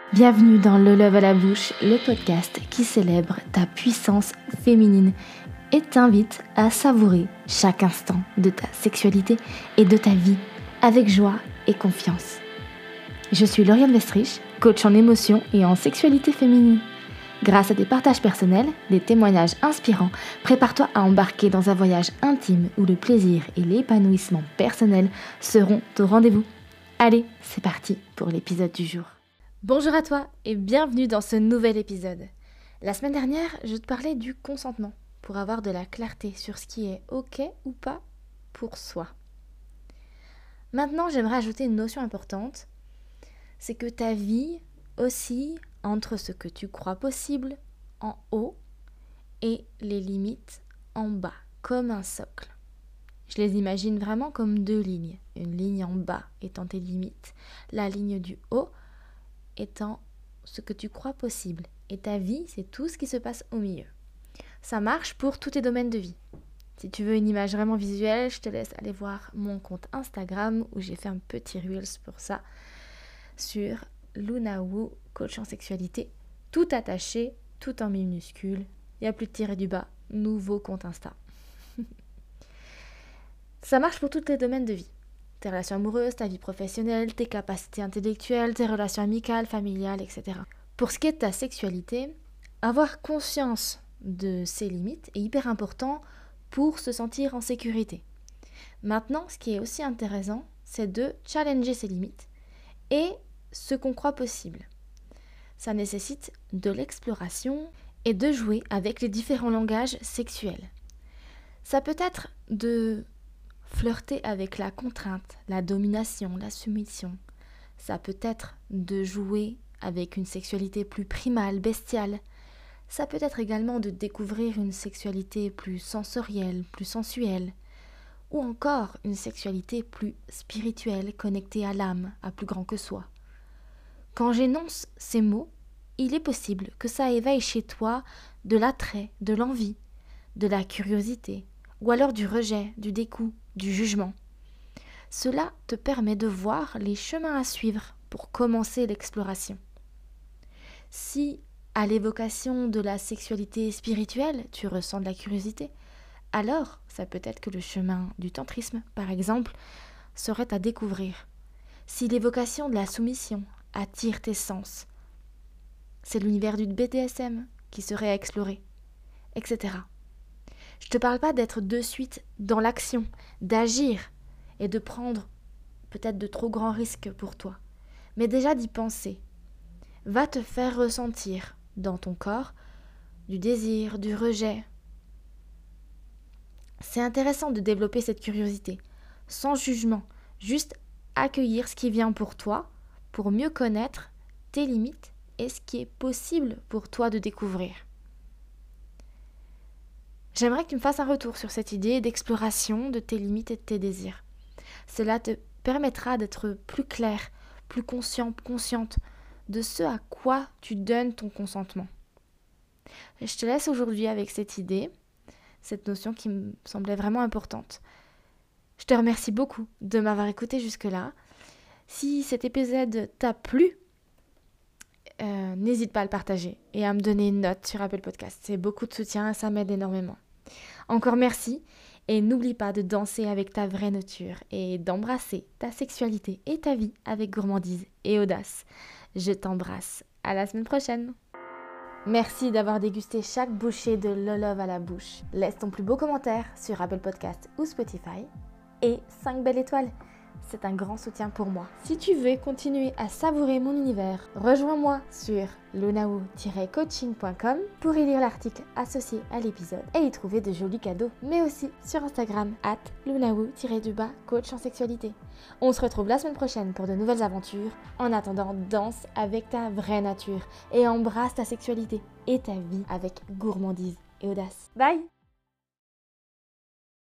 Bienvenue dans Le Love à la bouche, le podcast qui célèbre ta puissance féminine et t'invite à savourer chaque instant de ta sexualité et de ta vie avec joie et confiance. Je suis Lauriane Westrich, coach en émotion et en sexualité féminine. Grâce à des partages personnels, des témoignages inspirants, prépare-toi à embarquer dans un voyage intime où le plaisir et l'épanouissement personnel seront au rendez-vous. Allez, c'est parti pour l'épisode du jour. Bonjour à toi et bienvenue dans ce nouvel épisode. La semaine dernière, je te parlais du consentement pour avoir de la clarté sur ce qui est ok ou pas pour soi. Maintenant, j'aimerais ajouter une notion importante, c'est que ta vie oscille entre ce que tu crois possible en haut et les limites en bas, comme un socle. Je les imagine vraiment comme deux lignes. Une ligne en bas étant tes limites, la ligne du haut étant ce que tu crois possible. Et ta vie, c'est tout ce qui se passe au milieu. Ça marche pour tous tes domaines de vie. Si tu veux une image vraiment visuelle, je te laisse aller voir mon compte Instagram où j'ai fait un petit Reels pour ça sur Lunawu, coach en sexualité, tout attaché, tout en minuscule. Il n'y a plus de tiret du bas, nouveau compte Insta. Ça marche pour tous les domaines de vie. Tes relations amoureuses, ta vie professionnelle, tes capacités intellectuelles, tes relations amicales, familiales, etc. Pour ce qui est de ta sexualité, avoir conscience de ses limites est hyper important pour se sentir en sécurité. Maintenant, ce qui est aussi intéressant, c'est de challenger ses limites et ce qu'on croit possible. Ça nécessite de l'exploration et de jouer avec les différents langages sexuels. Ça peut être de flirter avec la contrainte, la domination, la soumission. Ça peut être de jouer avec une sexualité plus primale, bestiale. Ça peut être également de découvrir une sexualité plus sensorielle, plus sensuelle. Ou encore une sexualité plus spirituelle, connectée à l'âme, à plus grand que soi. Quand j'énonce ces mots, il est possible que ça éveille chez toi de l'attrait, de l'envie, de la curiosité, ou alors du rejet, du dégoût, du jugement. Cela te permet de voir les chemins à suivre pour commencer l'exploration. Si, à l'évocation de la sexualité spirituelle, tu ressens de la curiosité, alors ça peut être que le chemin du tantrisme, par exemple, serait à découvrir. Si l'évocation de la soumission attire tes sens, c'est l'univers du BDSM qui serait à explorer, etc. Je te parle pas d'être de suite dans l'action, d'agir et de prendre peut-être de trop grands risques pour toi, mais déjà d'y penser va te faire ressentir dans ton corps du désir, du rejet. C'est intéressant de développer cette curiosité, sans jugement, juste accueillir ce qui vient pour toi, pour mieux connaître tes limites et ce qui est possible pour toi de découvrir. J'aimerais que tu me fasses un retour sur cette idée d'exploration de tes limites et de tes désirs. Cela te permettra d'être plus clair, plus conscient, consciente de ce à quoi tu donnes ton consentement. Et je te laisse aujourd'hui avec cette idée, cette notion qui me semblait vraiment importante. Je te remercie beaucoup de m'avoir écouté jusque-là. Si cet épisode t'a plu, n'hésite pas à le partager et à me donner une note sur Apple Podcast. C'est beaucoup de soutien et ça m'aide énormément. Encore merci et n'oublie pas de danser avec ta vraie nature et d'embrasser ta sexualité et ta vie avec gourmandise et audace. Je t'embrasse. À la semaine prochaine. Merci d'avoir dégusté chaque bouchée de Le Love à la bouche. Laisse ton plus beau commentaire sur Apple Podcast ou Spotify et 5 belles étoiles. C'est un grand soutien pour moi. Si tu veux continuer à savourer mon univers, rejoins-moi sur lunawu-coaching.com pour y lire l'article associé à l'épisode et y trouver de jolis cadeaux, mais aussi sur Instagram @lunawu-coach en sexualité. On se retrouve la semaine prochaine pour de nouvelles aventures. En attendant, danse avec ta vraie nature et embrasse ta sexualité et ta vie avec gourmandise et audace. Bye!